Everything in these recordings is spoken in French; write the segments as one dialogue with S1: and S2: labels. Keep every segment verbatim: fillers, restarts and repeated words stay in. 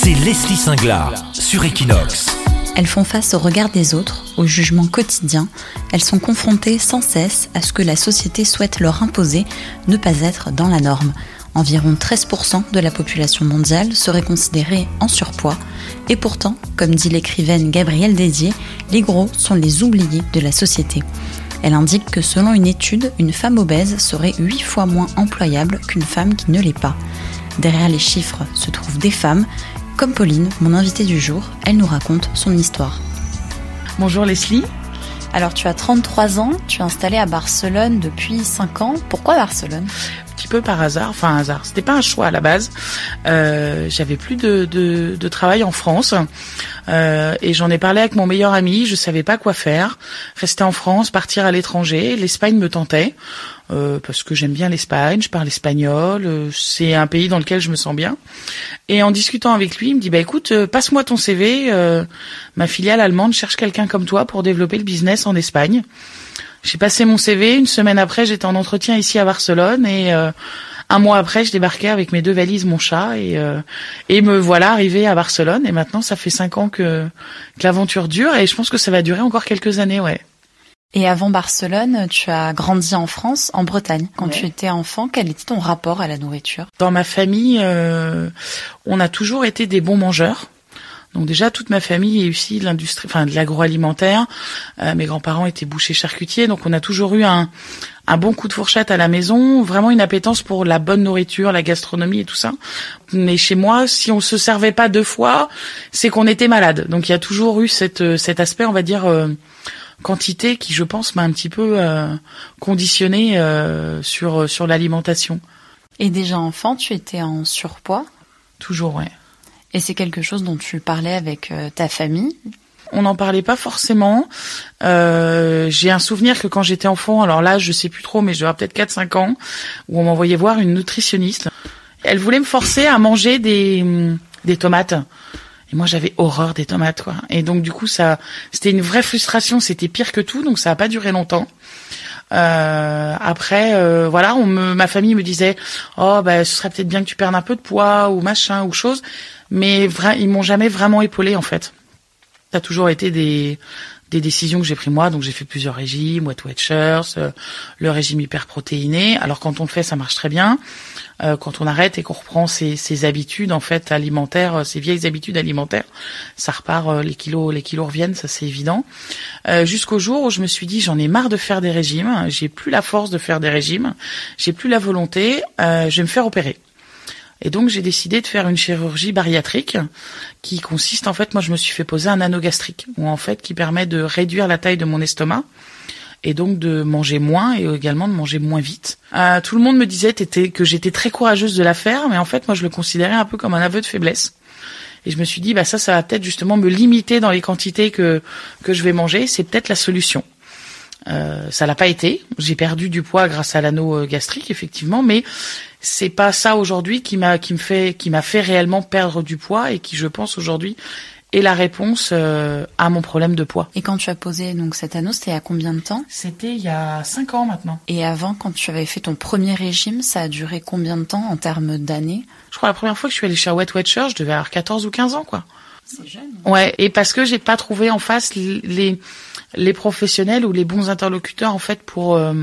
S1: c'est Leslie Singlard sur Equinox.
S2: Elles font face au regard des autres, au jugement quotidien. Elles sont confrontées sans cesse à ce que la société souhaite leur imposer, ne pas être dans la norme. Environ treize pour cent de la population mondiale serait considérée en surpoids. Et pourtant, comme dit l'écrivaine Gabrielle Dédier, les gros sont les oubliés de la société. Elle indique que selon une étude, une femme obèse serait huit fois moins employable qu'une femme qui ne l'est pas. Derrière les chiffres se trouvent des femmes. Comme Pauline, mon invitée du jour, elle nous raconte son histoire.
S3: Bonjour Leslie.
S2: Alors tu as trente-trois ans, tu es installée à Barcelone depuis cinq ans. Pourquoi Barcelone ?
S3: Un petit peu par hasard, enfin un hasard, c'était pas un choix à la base. Euh, j'avais plus de, de, de travail en France euh, et j'en ai parlé avec mon meilleur ami, je savais pas quoi faire. Rester en France, partir à l'étranger, l'Espagne me tentait. Euh, parce que j'aime bien l'Espagne, je parle espagnol, euh, c'est un pays dans lequel je me sens bien. Et en discutant avec lui, il me dit bah écoute, euh, passe-moi ton C V, euh, ma filiale allemande cherche quelqu'un comme toi pour développer le business en Espagne. J'ai passé mon C V, une semaine après, j'étais en entretien ici à Barcelone et euh, un mois après, je débarquais avec mes deux valises, mon chat et euh, et me voilà arrivée à Barcelone. Et maintenant, ça fait cinq ans que, que l'aventure dure et je pense que ça va durer encore quelques années, ouais.
S2: Et avant Barcelone, tu as grandi en France, en Bretagne. Quand
S3: Ouais.
S2: tu étais enfant, quel était ton rapport à la nourriture ?
S3: Dans ma famille, euh, on a toujours été des bons mangeurs. Donc déjà, toute ma famille est issue de l'industrie, enfin de l'agroalimentaire. Euh, mes grands-parents étaient bouchers charcutiers, donc on a toujours eu un, un bon coup de fourchette à la maison, vraiment une appétence pour la bonne nourriture, la gastronomie et tout ça. Mais chez moi, si on se servait pas deux fois, c'est qu'on était malade. Donc il y a toujours eu cette, cet aspect, on va dire, euh, quantité qui, je pense, m'a un petit peu euh, conditionné euh, sur sur l'alimentation.
S2: Et déjà enfant, tu étais en surpoids ?
S3: Toujours, ouais.
S2: Et c'est quelque chose dont tu parlais avec euh, ta famille ?
S3: On n'en parlait pas forcément. Euh, j'ai un souvenir que quand j'étais enfant, alors là, je sais plus trop, mais j'aurais peut-être quatre cinq ans, où on m'envoyait voir une nutritionniste. Elle voulait me forcer à manger des des tomates. Et moi, j'avais horreur des tomates, quoi. Et donc, du coup, ça, c'était une vraie frustration. C'était pire que tout, donc ça a pas duré longtemps. Euh, après, euh, voilà, on me, ma famille me disait, oh, bah, ce serait peut-être bien que tu perdes un peu de poids ou machin ou chose. Mais vra- ils m'ont jamais vraiment épaulée, en fait. Ça a toujours été des des décisions que j'ai prises moi. Donc, j'ai fait plusieurs régimes, Weight Watchers, euh, le régime hyperprotéiné. Alors, quand on le fait, ça marche très bien. Euh, quand on arrête et qu'on reprend ses, ses habitudes en fait alimentaires, ses vieilles habitudes alimentaires, ça repart, euh, les kilos, les kilos reviennent, ça c'est évident. Euh, jusqu'au jour où je me suis dit j'en ai marre de faire des régimes, j'ai plus la force de faire des régimes, j'ai plus la volonté, euh, je vais me faire opérer. Et donc j'ai décidé de faire une chirurgie bariatrique qui consiste en fait, moi je me suis fait poser un anneau gastrique, ou en fait qui permet de réduire la taille de mon estomac. Et donc de manger moins et également de manger moins vite. Euh, tout le monde me disait t'étais, que j'étais très courageuse de la faire, mais en fait moi je le considérais un peu comme un aveu de faiblesse. Et je me suis dit bah ça, ça va peut-être justement me limiter dans les quantités que que je vais manger. C'est peut-être la solution. Euh, ça l'a pas été. J'ai perdu du poids grâce à l'anneau gastrique effectivement, mais c'est pas ça aujourd'hui qui m'a qui me fait qui m'a fait réellement perdre du poids et qui je pense aujourd'hui et la réponse euh, à mon problème de poids.
S2: Et quand tu as posé donc cet anneau, c'était il y a combien de temps ?
S3: C'était il y a cinq ans maintenant.
S2: Et avant, quand tu avais fait ton premier régime, ça a duré combien de temps en termes d'années ?
S3: Je crois la première fois que je suis allée chez Weight Watchers, je devais avoir quatorze ou quinze ans, quoi.
S2: C'est jeune.
S3: Ouais, et parce que j'ai pas trouvé en face les les professionnels ou les bons interlocuteurs en fait pour euh,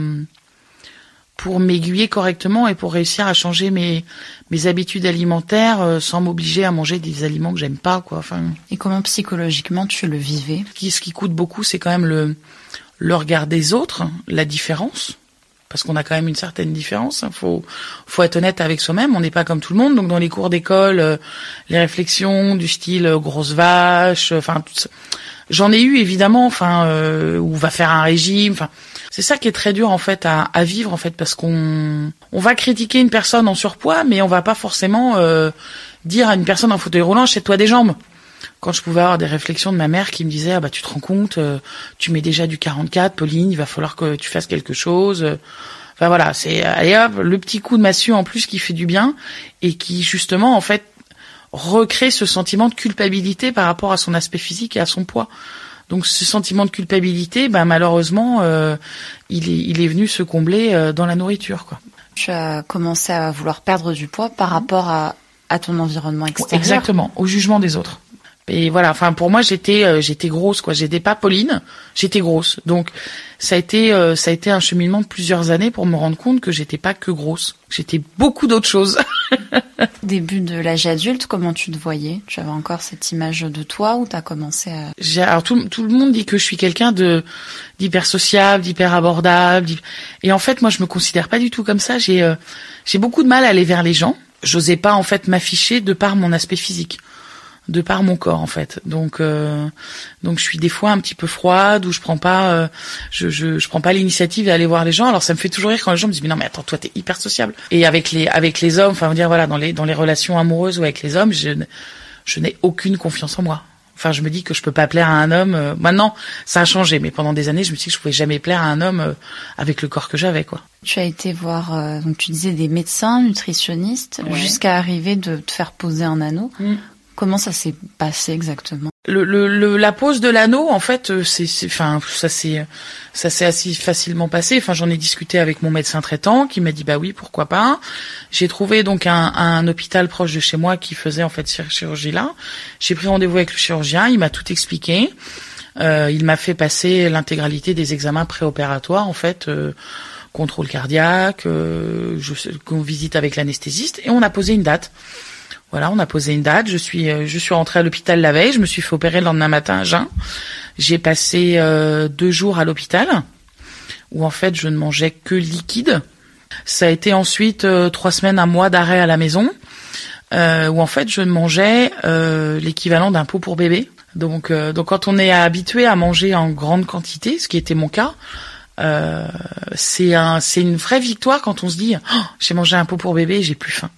S3: pour m'aiguiller correctement et pour réussir à changer mes mes habitudes alimentaires euh, sans m'obliger à manger des aliments que j'aime pas, quoi. Enfin.
S2: Et comment psychologiquement tu le vivais ?
S3: Ce qui, ce qui coûte beaucoup, c'est quand même le le regard des autres, la différence. Parce qu'on a quand même une certaine différence. Faut, faut être honnête avec soi-même. On n'est pas comme tout le monde. Donc dans les cours d'école, euh, les réflexions du style euh, grosse vache, enfin, tout ça. J'en ai eu évidemment. Enfin, euh, ou va faire un régime. Enfin, c'est ça qui est très dur en fait à, à vivre en fait, parce qu'on, on va critiquer une personne en surpoids, mais on va pas forcément euh, dire à une personne en fauteuil roulant, achète-toi des jambes. Quand je pouvais avoir des réflexions de ma mère qui me disait, ah bah tu te rends compte, euh, tu mets déjà du quarante-quatre, Pauline, il va falloir que tu fasses quelque chose. Enfin voilà, c'est allez hop, le petit coup de massue en plus qui fait du bien et qui justement en fait recrée ce sentiment de culpabilité par rapport à son aspect physique et à son poids. Donc ce sentiment de culpabilité, bah malheureusement, euh, il est il est venu se combler euh, dans la nourriture, quoi.
S2: Tu as commencé à vouloir perdre du poids par rapport à à ton environnement extérieur.
S3: Exactement, au jugement des autres. Et voilà, enfin pour moi j'étais euh, j'étais grosse quoi, j'étais pas Pauline, j'étais grosse. Donc ça a été euh, ça a été un cheminement de plusieurs années pour me rendre compte que j'étais pas que grosse, j'étais beaucoup d'autres choses.
S2: Début de l'âge adulte, comment tu te voyais? Tu avais encore cette image de toi ou t'as commencé à...
S3: J'ai, alors tout, tout le monde dit que je suis quelqu'un de d'hyper sociable, d'hyper abordable, d'hyper... et en fait moi je me considère pas du tout comme ça. J'ai euh, j'ai beaucoup de mal à aller vers les gens. J'osais pas en fait m'afficher de par mon aspect physique, de par mon corps en fait. Donc euh, donc je suis des fois un petit peu froide, ou je prends pas euh, je, je je prends pas l'initiative d'aller voir les gens. Alors ça me fait toujours rire quand les gens me disent mais non mais attends, toi t'es hyper sociable. Et avec les avec les hommes, enfin on va dire voilà, dans les dans les relations amoureuses ou avec les hommes, je je n'ai aucune confiance en moi. Enfin, je me dis que je peux pas plaire à un homme. Euh, maintenant, ça a changé, mais pendant des années, je me suis dit que je pouvais jamais plaire à un homme euh, avec le corps que j'avais, quoi.
S2: Tu as été voir, euh, donc tu disais des médecins, nutritionnistes, ouais, jusqu'à arriver de te faire poser un anneau. Mm. Comment ça s'est passé exactement?
S3: Le, le, le, la pose de l'anneau, en fait, c'est, c'est, enfin, ça s'est, ça s'est assez facilement passé. Enfin, j'en ai discuté avec mon médecin traitant, qui m'a dit, bah oui, pourquoi pas. J'ai trouvé donc un, un hôpital proche de chez moi qui faisait en fait cette chirurgie-là. J'ai pris rendez-vous avec le chirurgien, il m'a tout expliqué. Euh, il m'a fait passer l'intégralité des examens préopératoires, en fait, euh, contrôle cardiaque, euh, je, qu'on visite avec l'anesthésiste, et on a posé une date. Voilà, on a posé une date. Je suis, je suis rentrée à l'hôpital la veille. Je me suis fait opérer le lendemain matin à jeun. J'ai passé euh, deux jours à l'hôpital où en fait je ne mangeais que liquide. Ça a été ensuite euh, trois semaines, un mois d'arrêt à la maison euh, où en fait je ne mangeais euh, l'équivalent d'un pot pour bébé. Donc, euh, donc quand on est habitué à manger en grande quantité, ce qui était mon cas, euh, c'est un, c'est une vraie victoire quand on se dit oh, j'ai mangé un pot pour bébé et j'ai plus faim.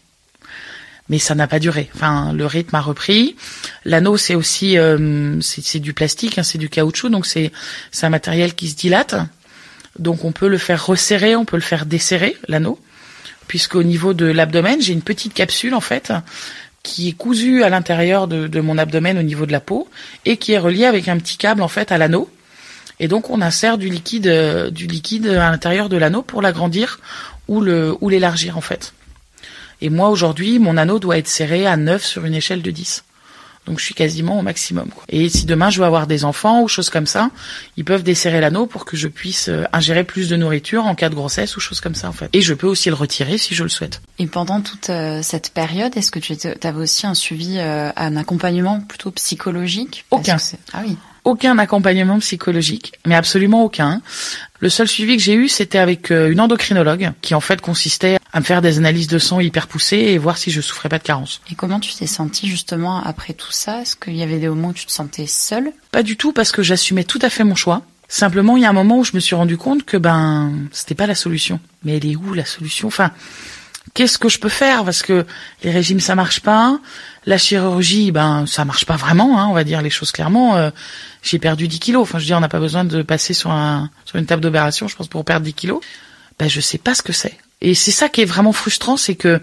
S3: Mais ça n'a pas duré. Enfin, le rythme a repris. L'anneau, c'est aussi, euh, c'est, c'est du plastique, hein, c'est du caoutchouc, donc c'est, c'est un matériel qui se dilate. Donc on peut le faire resserrer, on peut le faire desserrer, l'anneau, puisqu'au niveau de l'abdomen, j'ai une petite capsule en fait qui est cousue à l'intérieur de, de mon abdomen au niveau de la peau et qui est reliée avec un petit câble en fait à l'anneau. Et donc on insère du liquide, euh, du liquide à l'intérieur de l'anneau pour l'agrandir ou le, ou l'élargir en fait. Et moi, aujourd'hui, mon anneau doit être serré à neuf sur une échelle de dix. Donc, je suis quasiment au maximum, quoi. Et si demain, je veux avoir des enfants ou choses comme ça, ils peuvent desserrer l'anneau pour que je puisse ingérer plus de nourriture en cas de grossesse ou choses comme ça, en fait. Et je peux aussi le retirer si je le souhaite.
S2: Et pendant toute euh, cette période, est-ce que tu avais aussi un suivi, euh, un accompagnement plutôt psychologique?
S3: Aucun.
S2: Ah oui.
S3: Aucun accompagnement psychologique, mais absolument aucun. Le seul suivi que j'ai eu, c'était avec une endocrinologue qui en fait consistait à me faire des analyses de sang hyper poussées et voir si je souffrais pas de carence.
S2: Et comment tu t'es sentie justement après tout ça? Est-ce qu'il y avait des moments où tu te sentais seule?
S3: Pas du tout, parce que j'assumais tout à fait mon choix. Simplement, il y a un moment où je me suis rendu compte que ben c'était pas la solution. Mais elle est où la solution? Enfin, qu'est-ce que je peux faire? Parce que les régimes ça marche pas, la chirurgie ben ça marche pas vraiment, hein, on va dire les choses clairement. Euh, j'ai perdu dix kilos. Enfin, je veux dire, on n'a pas besoin de passer sur un sur une table d'opération, je pense, pour perdre dix kilos. Ben je sais pas ce que c'est. Et c'est ça qui est vraiment frustrant, c'est que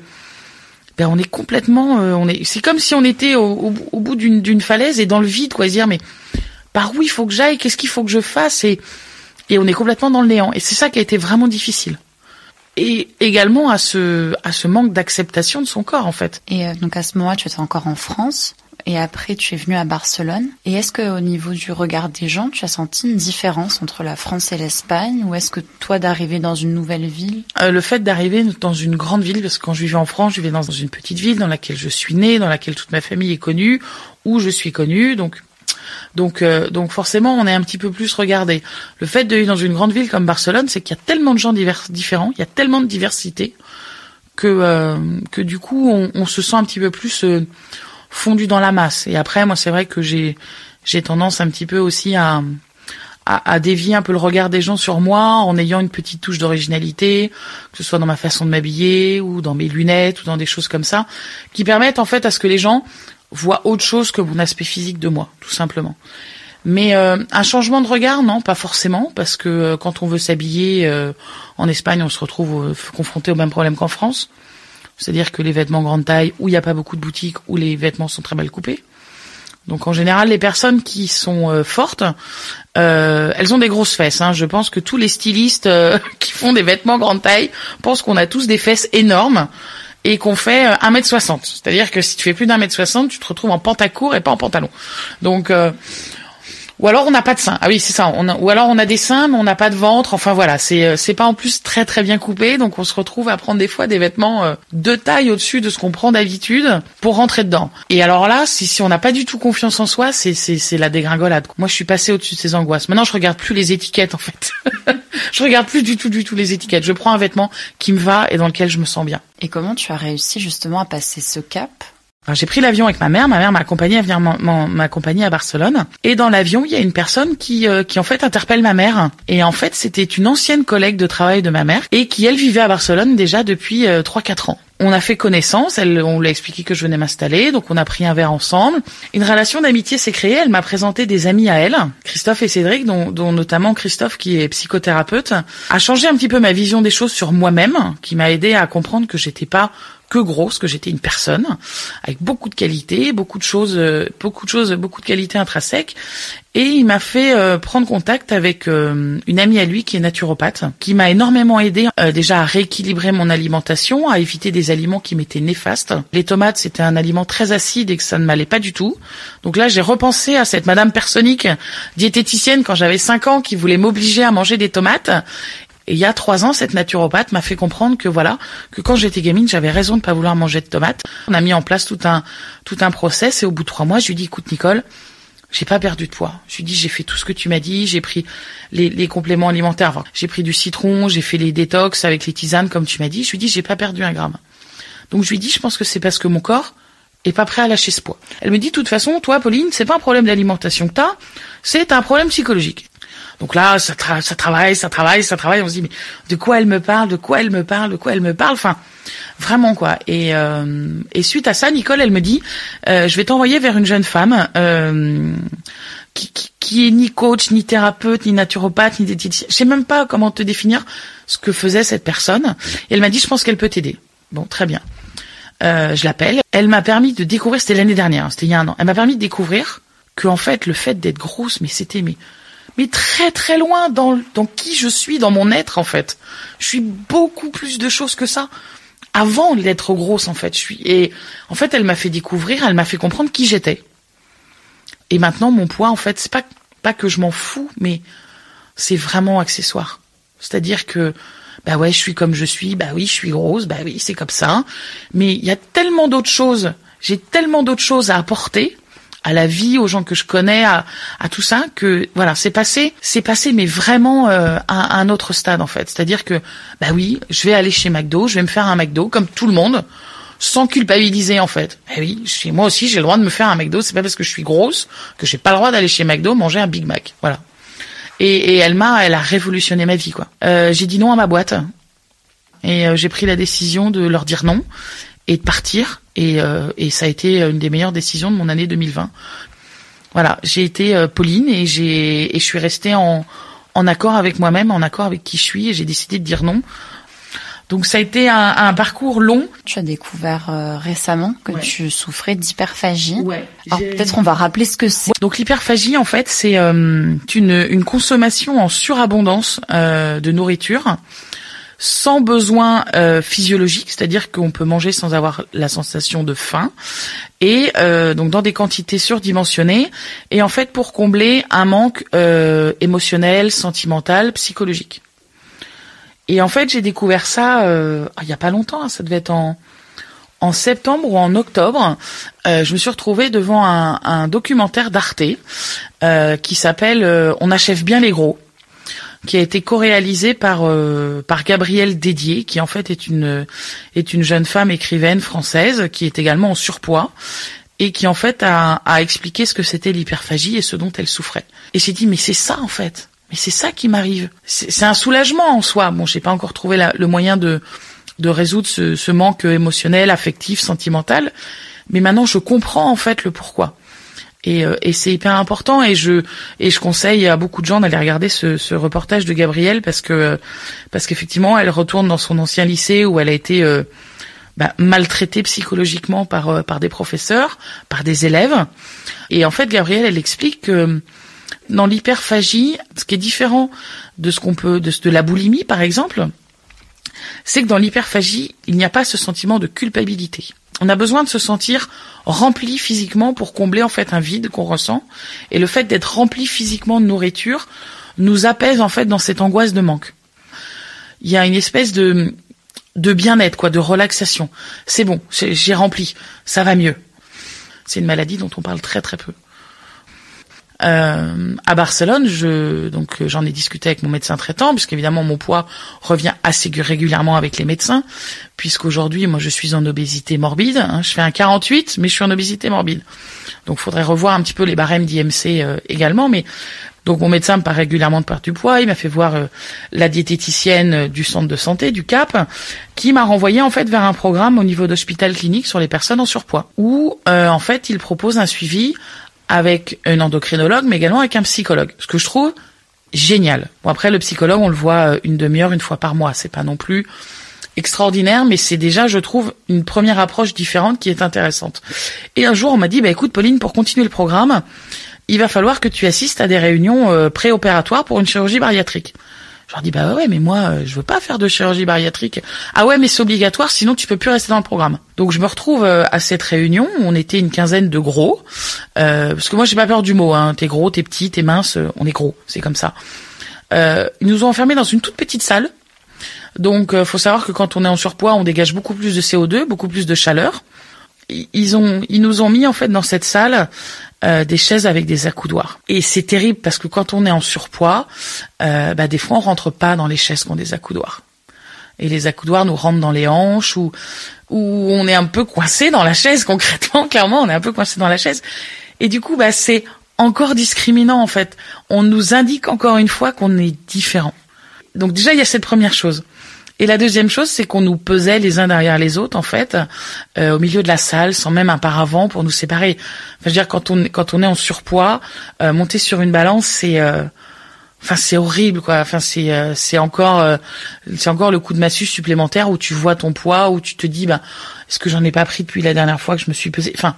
S3: ben on est complètement, euh, on est, c'est comme si on était au, au, au bout d'une d'une falaise et dans le vide, quoi, se dire mais par où il faut que j'aille, qu'est-ce qu'il faut que je fasse, et et on est complètement dans le néant. Et c'est ça qui a été vraiment difficile. Et également à ce à ce manque d'acceptation de son corps en fait.
S2: Et euh, donc à ce moment-là, tu étais encore en France et après tu es venu à Barcelone. Et est-ce que au niveau du regard des gens, tu as senti une différence entre la France et l'Espagne, ou est-ce que toi d'arriver dans une nouvelle ville,
S3: euh, le fait d'arriver dans une grande ville, parce que quand je vivais en France, je vivais dans une petite ville dans laquelle je suis née, dans laquelle toute ma famille est connue, où je suis connue, donc Donc, euh, donc forcément, on est un petit peu plus regardé. Le fait de vivre dans une grande ville comme Barcelone, c'est qu'il y a tellement de gens divers, différents, il y a tellement de diversité que euh, que du coup, on, on se sent un petit peu plus euh, fondu dans la masse. Et après, moi, c'est vrai que j'ai j'ai tendance un petit peu aussi à, à à dévier un peu le regard des gens sur moi en ayant une petite touche d'originalité, que ce soit dans ma façon de m'habiller ou dans mes lunettes ou dans des choses comme ça, qui permettent en fait à ce que les gens voit autre chose que mon aspect physique de moi, tout simplement. Mais euh, un changement de regard, non, pas forcément, parce que euh, quand on veut s'habiller euh, en Espagne, on se retrouve euh, confronté au même problème qu'en France. C'est-à-dire que les vêtements grande taille, où il n'y a pas beaucoup de boutiques, où les vêtements sont très mal coupés. Donc en général, les personnes qui sont euh, fortes, euh, elles ont des grosses fesses. Hein. Je pense que tous les stylistes euh, qui font des vêtements grande taille pensent qu'on a tous des fesses énormes. et qu'on fait un mètre soixante. C'est-à-dire que si tu fais plus d'un mètre soixante, tu te retrouves en pantacourt et pas en pantalon. Donc euh, ou alors on n'a pas de seins. Ah oui, c'est ça. On a, ou alors on a des seins, mais on n'a pas de ventre. Enfin voilà, c'est c'est pas en plus très très bien coupé, donc on se retrouve à prendre des fois des vêtements euh, de taille au-dessus de ce qu'on prend d'habitude pour rentrer dedans. Et alors là, si si on n'a pas du tout confiance en soi, c'est c'est c'est la dégringolade. Moi, je suis passée au-dessus de ces angoisses. Maintenant, je regarde plus les étiquettes en fait. Je regarde plus du tout du tout les étiquettes. Je prends un vêtement qui me va et dans lequel je me sens bien.
S2: Et comment tu as réussi justement à passer ce cap ?
S3: Alors, j'ai pris l'avion avec ma mère. Ma mère m'a accompagnée à venir m'accompagner à Barcelone. Et dans l'avion, il y a une personne qui, euh, qui en fait interpelle ma mère. Et en fait, c'était une ancienne collègue de travail de ma mère et qui, elle, vivait à Barcelone déjà depuis euh, trois quatre ans. On a fait connaissance, elle, on lui a expliqué que je venais m'installer, donc on a pris un verre ensemble. Une relation d'amitié s'est créée, elle m'a présenté des amis à elle, Christophe et Cédric, dont, dont notamment Christophe qui est psychothérapeute, a changé un petit peu ma vision des choses sur moi-même, qui m'a aidé à comprendre que j'étais pas que grosse, que j'étais une personne avec beaucoup de qualités, beaucoup de choses, euh, beaucoup de choses, beaucoup de qualités intrinsèques. Et il m'a fait euh, prendre contact avec euh, une amie à lui qui est naturopathe, qui m'a énormément aidé euh, déjà à rééquilibrer mon alimentation, à éviter des aliments qui m'étaient néfastes. Les tomates, c'était un aliment très acide et que ça ne m'allait pas du tout. Donc là, j'ai repensé à cette madame Personique, diététicienne quand j'avais cinq ans, qui voulait m'obliger à manger des tomates. Et il y a trois ans, cette naturopathe m'a fait comprendre que voilà, que quand j'étais gamine, j'avais raison de pas vouloir manger de tomates. On a mis en place tout un tout un process et au bout de trois mois, je lui dis écoute Nicole, j'ai pas perdu de poids. Je lui dis j'ai fait tout ce que tu m'as dit, j'ai pris les, les compléments alimentaires, enfin, j'ai pris du citron, j'ai fait les détox avec les tisanes comme tu m'as dit. Je lui dis j'ai pas perdu un gramme. Donc je lui dis je pense que c'est parce que mon corps est pas prêt à lâcher ce poids. Elle me dit de toute façon, toi Pauline, c'est pas un problème d'alimentation que t'as, c'est un problème psychologique. Donc là, ça, tra- ça travaille, ça travaille, ça travaille. On se dit, mais de quoi elle me parle, de quoi elle me parle, de quoi elle me parle. Enfin, vraiment quoi. Et, euh, et suite à ça, Nicole, elle me dit, euh, je vais t'envoyer vers une jeune femme euh, qui, qui, qui est ni coach, ni thérapeute, ni naturopathe, ni diététicienne. Je sais même pas comment te définir ce que faisait cette personne. Et elle m'a dit, je pense qu'elle peut t'aider. Bon, très bien. Euh, je l'appelle. Elle m'a permis de découvrir, c'était l'année dernière, hein, c'était il y a un an. Elle m'a permis de découvrir que en fait, le fait d'être grosse, mais c'était mais mais très très loin dans, dans qui je suis, dans mon être en fait. Je suis beaucoup plus de choses que ça. Avant d'être grosse en fait, je suis. Et en fait, elle m'a fait découvrir, elle m'a fait comprendre qui j'étais. Et maintenant, mon poids en fait, c'est pas pas que je m'en fous, mais c'est vraiment accessoire. C'est-à-dire que bah ouais, je suis comme je suis, bah oui, je suis grosse, bah oui, c'est comme ça. Mais il y a tellement d'autres choses. J'ai tellement d'autres choses à apporter à la vie, aux gens que je connais, à, à tout ça, que voilà, c'est passé, c'est passé, mais vraiment euh, à, à un autre stade en fait. C'est-à-dire que, bah oui, je vais aller chez McDo, je vais me faire un McDo comme tout le monde, sans culpabiliser en fait. Eh oui, chez moi aussi, j'ai le droit de me faire un McDo. C'est pas parce que je suis grosse que j'ai pas le droit d'aller chez McDo manger un Big Mac. Voilà. Et, et elle m'a, elle a révolutionné ma vie quoi. Euh, j'ai dit non à ma boîte et euh, j'ai pris la décision de leur dire non et de partir. Et, euh, et ça a été une des meilleures décisions de mon année deux mille vingt. Voilà, j'ai été euh, Pauline et j'ai et je suis restée en en accord avec moi-même, en accord avec qui je suis, et j'ai décidé de dire non. Donc ça a été un, un parcours long.
S2: Tu as découvert euh, récemment que ouais. tu souffrais d'hyperphagie.
S3: Ouais.
S2: Alors peut-être on va rappeler ce que c'est.
S3: Donc l'hyperphagie en fait c'est euh, une une consommation en surabondance euh, de nourriture, sans besoin euh, physiologique, c'est-à-dire qu'on peut manger sans avoir la sensation de faim, et euh, donc dans des quantités surdimensionnées, et en fait pour combler un manque euh, émotionnel, sentimental, psychologique. Et en fait j'ai découvert ça euh, il y a pas longtemps, ça devait être en en septembre ou en octobre. Euh, je me suis retrouvée devant un, un documentaire d'Arte euh, qui s'appelle euh, On achève bien les gros, qui a été co-réalisé par euh, par Gabrielle Dédier, qui en fait est une est une jeune femme écrivaine française qui est également en surpoids et qui en fait a a expliqué ce que c'était l'hyperphagie et ce dont elle souffrait. Et j'ai dit mais c'est ça en fait. Mais c'est ça qui m'arrive. C'est, c'est un soulagement en soi. Bon, j'ai pas encore trouvé la, le moyen de de résoudre ce, ce manque émotionnel, affectif, sentimental, mais maintenant je comprends en fait le pourquoi. Et, euh, et c'est hyper important, et je et je conseille à beaucoup de gens d'aller regarder ce, ce reportage de Gabrielle, parce que parce qu'effectivement elle retourne dans son ancien lycée où elle a été euh, bah, maltraitée psychologiquement par euh, par des professeurs, par des élèves. Et en fait Gabrielle elle explique que dans l'hyperphagie, ce qui est différent de ce qu'on peut de, de la boulimie par exemple, c'est que dans l'hyperphagie, il n'y a pas ce sentiment de culpabilité. On a besoin de se sentir rempli physiquement pour combler en fait un vide qu'on ressent. Et le fait d'être rempli physiquement de nourriture nous apaise en fait dans cette angoisse de manque. Il y a une espèce de de bien-être, quoi, de relaxation. C'est bon, j'ai, j'ai rempli, ça va mieux. C'est une maladie dont on parle très très peu. Euh, à Barcelone, je, donc j'en ai discuté avec mon médecin traitant, puisqu'évidemment mon poids revient assez régulièrement avec les médecins, puisqu'aujourd'hui moi je suis en obésité morbide, hein, je fais un quarante-huit, mais je suis en obésité morbide. Donc faudrait revoir un petit peu les barèmes d'I M C euh, également, mais donc mon médecin me parle régulièrement de perdre du poids, il m'a fait voir euh, la diététicienne euh, du centre de santé, du C A P, qui m'a renvoyé en fait vers un programme au niveau d'hôpital clinique sur les personnes en surpoids, où euh, en fait il propose un suivi avec un endocrinologue, mais également avec un psychologue. Ce que je trouve génial. Bon, après, le psychologue, on le voit une demi-heure, une fois par mois. C'est pas non plus extraordinaire, mais c'est déjà, je trouve, une première approche différente qui est intéressante. Et un jour, on m'a dit, bah, écoute, Pauline, pour continuer le programme, il va falloir que tu assistes à des réunions euh, préopératoires pour une chirurgie bariatrique. Je leur dis, bah ouais, mais moi, euh, je veux pas faire de chirurgie bariatrique. Ah ouais, mais c'est obligatoire, sinon tu peux plus rester dans le programme. Donc je me retrouve euh, à cette réunion, on était une quinzaine de gros, euh, parce que moi j'ai pas peur du mot, hein. T'es gros, t'es petit, t'es mince, euh, on est gros, c'est comme ça. Euh, ils nous ont enfermés dans une toute petite salle. Donc euh, faut savoir que quand on est en surpoids, on dégage beaucoup plus de C O deux, beaucoup plus de chaleur. Ils ont, ils nous ont mis en fait dans cette salle euh, des chaises avec des accoudoirs. Et c'est terrible parce que quand on est en surpoids, euh, bah des fois on rentre pas dans les chaises qui ont des accoudoirs. Et les accoudoirs nous rentrent dans les hanches ou ou on est un peu coincé dans la chaise concrètement. Clairement, on est un peu coincé dans la chaise. Et du coup, bah c'est encore discriminant en fait. On nous indique encore une fois qu'on est différent. Donc déjà il y a cette première chose. Et la deuxième chose, c'est qu'on nous pesait les uns derrière les autres, en fait, euh, au milieu de la salle, sans même un paravent pour nous séparer. Enfin, je veux dire, quand on quand on est en surpoids, euh, monter sur une balance, c'est, euh, enfin, c'est horrible, quoi. Enfin, c'est euh, c'est encore euh, c'est encore le coup de massue supplémentaire où tu vois ton poids, où tu te dis, bah, est-ce que j'en ai pas pris depuis la dernière fois que je me suis pesée. Enfin,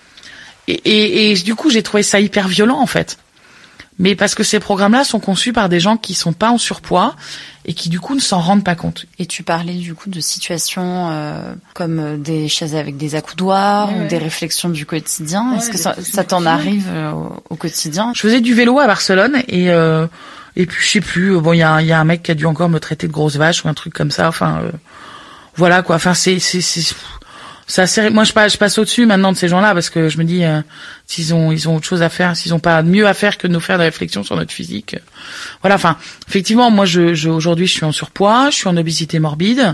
S3: et, et, et du coup, j'ai trouvé ça hyper violent, en fait. Mais parce que ces programmes-là sont conçus par des gens qui sont pas en surpoids et qui du coup ne s'en rendent pas compte.
S2: Et tu parlais du coup de situations euh, comme des chaises avec des accoudoirs, ouais, ou des réflexions du quotidien. Ouais, est-ce que ça, ça t'en arrive euh, au, au quotidien?
S3: Je faisais du vélo à Barcelone et euh, et puis je sais plus. Bon, il y a il y a un mec qui a dû encore me traiter de grosse vache ou un truc comme ça. Enfin, euh, voilà quoi. Enfin, c'est c'est c'est c'est assez... Moi, je passe, je passe au-dessus maintenant de ces gens-là parce que je me dis, euh, s'ils ont, ils ont autre chose à faire, s'ils ont pas mieux à faire que de nous faire des réflexions sur notre physique. Euh, voilà. Enfin, effectivement, moi, je, je, aujourd'hui, je suis en surpoids, je suis en obésité morbide.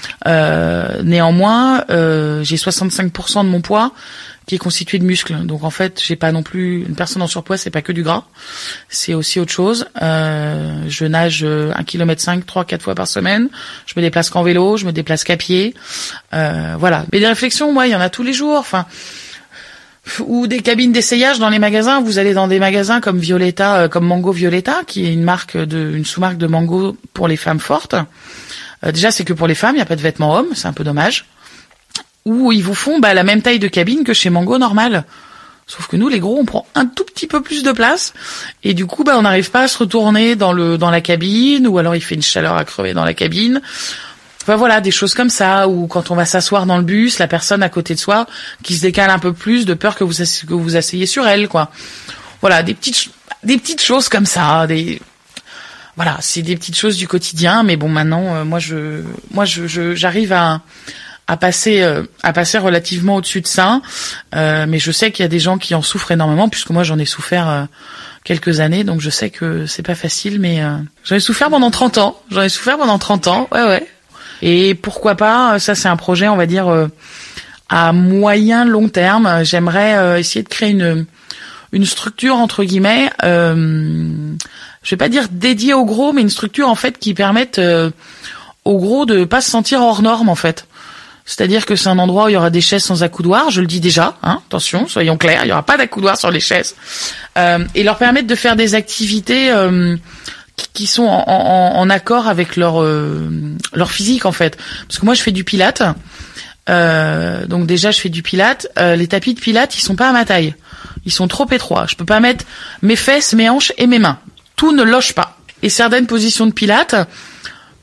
S3: Euh, néanmoins, euh, j'ai soixante-cinq pour cent de mon poids qui est constitué de muscles. Donc, en fait, j'ai pas non plus, une personne en surpoids, c'est pas que du gras. C'est aussi autre chose. Euh, je nage un kilomètre cinq, trois, quatre fois par semaine. Je me déplace qu'en vélo, je me déplace qu'à pied. Euh, voilà. Mais des réflexions, moi, il y en a tous les jours. Enfin, ou des cabines d'essayage dans les magasins. Vous allez dans des magasins comme Violetta, euh, comme Mango Violetta, qui est une marque de, une sous-marque de Mango pour les femmes fortes. Euh, déjà, c'est que pour les femmes, il n'y a pas de vêtements hommes. C'est un peu dommage. Où ils vous font bah, la même taille de cabine que chez Mango normal. Sauf que nous, les gros, on prend un tout petit peu plus de place. Et du coup, bah, on n'arrive pas à se retourner dans le dans la cabine, ou alors il fait une chaleur à crever dans la cabine. Enfin voilà, des choses comme ça, ou quand on va s'asseoir dans le bus, la personne à côté de soi qui se décale un peu plus de peur que vous que vous asseyez sur elle, quoi. Voilà, des petites des petites choses comme ça, des voilà, c'est des petites choses du quotidien. Mais bon, maintenant, euh, moi, je moi, je, je j'arrive à à passer euh, à passer relativement au-dessus de ça, euh, mais je sais qu'il y a des gens qui en souffrent énormément, puisque moi j'en ai souffert euh, quelques années, donc je sais que c'est pas facile, mais euh, j'en ai souffert pendant trente ans, j'en ai souffert pendant trente ans, ouais ouais, et pourquoi pas, ça c'est un projet, on va dire, euh, à moyen long terme, j'aimerais euh, essayer de créer une une structure entre guillemets, euh, je vais pas dire dédiée aux gros, mais une structure en fait qui permette euh, aux gros de pas se sentir hors norme en fait. C'est-à-dire que c'est un endroit où il y aura des chaises sans accoudoir, je le dis déjà, hein, attention, soyons clairs, il y aura pas d'accoudoir sur les chaises, euh, et leur permettre de faire des activités euh, qui, qui sont en, en, en accord avec leur euh, leur physique en fait. Parce que moi je fais du pilate, euh, donc déjà je fais du pilate, euh, les tapis de pilate ils sont pas à ma taille, ils sont trop étroits, je peux pas mettre mes fesses, mes hanches et mes mains, tout ne loge pas. Et certaines positions de pilate,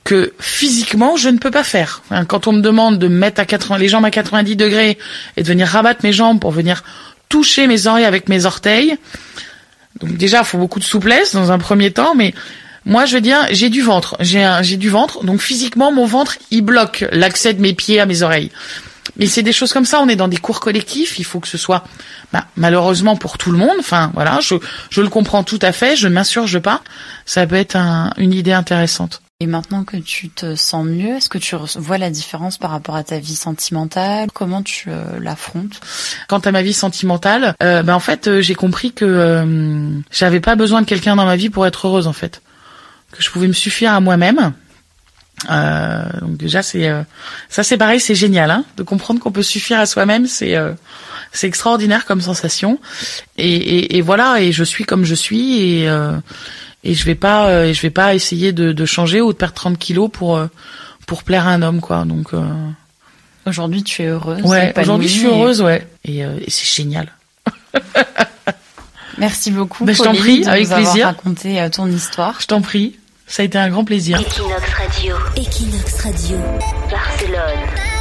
S3: que physiquement je ne peux pas faire. Enfin, quand on me demande de me mettre à quatre-vingts, les jambes à quatre-vingt-dix degrés et de venir rabattre mes jambes pour venir toucher mes oreilles avec mes orteils, donc déjà il faut beaucoup de souplesse dans un premier temps, mais moi je veux dire j'ai du ventre, j'ai un, j'ai du ventre, donc physiquement mon ventre il bloque l'accès de mes pieds à mes oreilles. Mais c'est des choses comme ça, on est dans des cours collectifs, il faut que ce soit bah, malheureusement pour tout le monde, enfin voilà, je, je le comprends tout à fait, je ne m'insurge pas, ça peut être un, une idée intéressante.
S2: Et maintenant que tu te sens mieux, est-ce que tu vois la différence par rapport à ta vie sentimentale? Comment tu euh, l'affrontes?
S3: Quant à ma vie sentimentale, euh, bah en fait euh, j'ai compris que euh, j'avais pas besoin de quelqu'un dans ma vie pour être heureuse en fait, que je pouvais me suffire à moi-même. Euh, donc déjà c'est euh, ça c'est pareil, c'est génial hein, de comprendre qu'on peut suffire à soi-même, c'est euh, c'est extraordinaire comme sensation et, et, et voilà, et je suis comme je suis et euh, et je vais pas euh, je vais pas essayer de, de changer ou de perdre trente kilos pour euh, pour plaire à un homme quoi. Donc euh...
S2: aujourd'hui tu es heureuse?
S3: Ouais, aujourd'hui je suis heureuse et... ouais et, euh, et c'est génial.
S2: Merci beaucoup.
S3: Ben, je t'en prie, avec plaisir.
S2: Raconter euh, ton histoire.
S3: Je t'en prie. Ça a été un grand plaisir.
S4: Equinox Radio. Equinox Radio. Barcelone.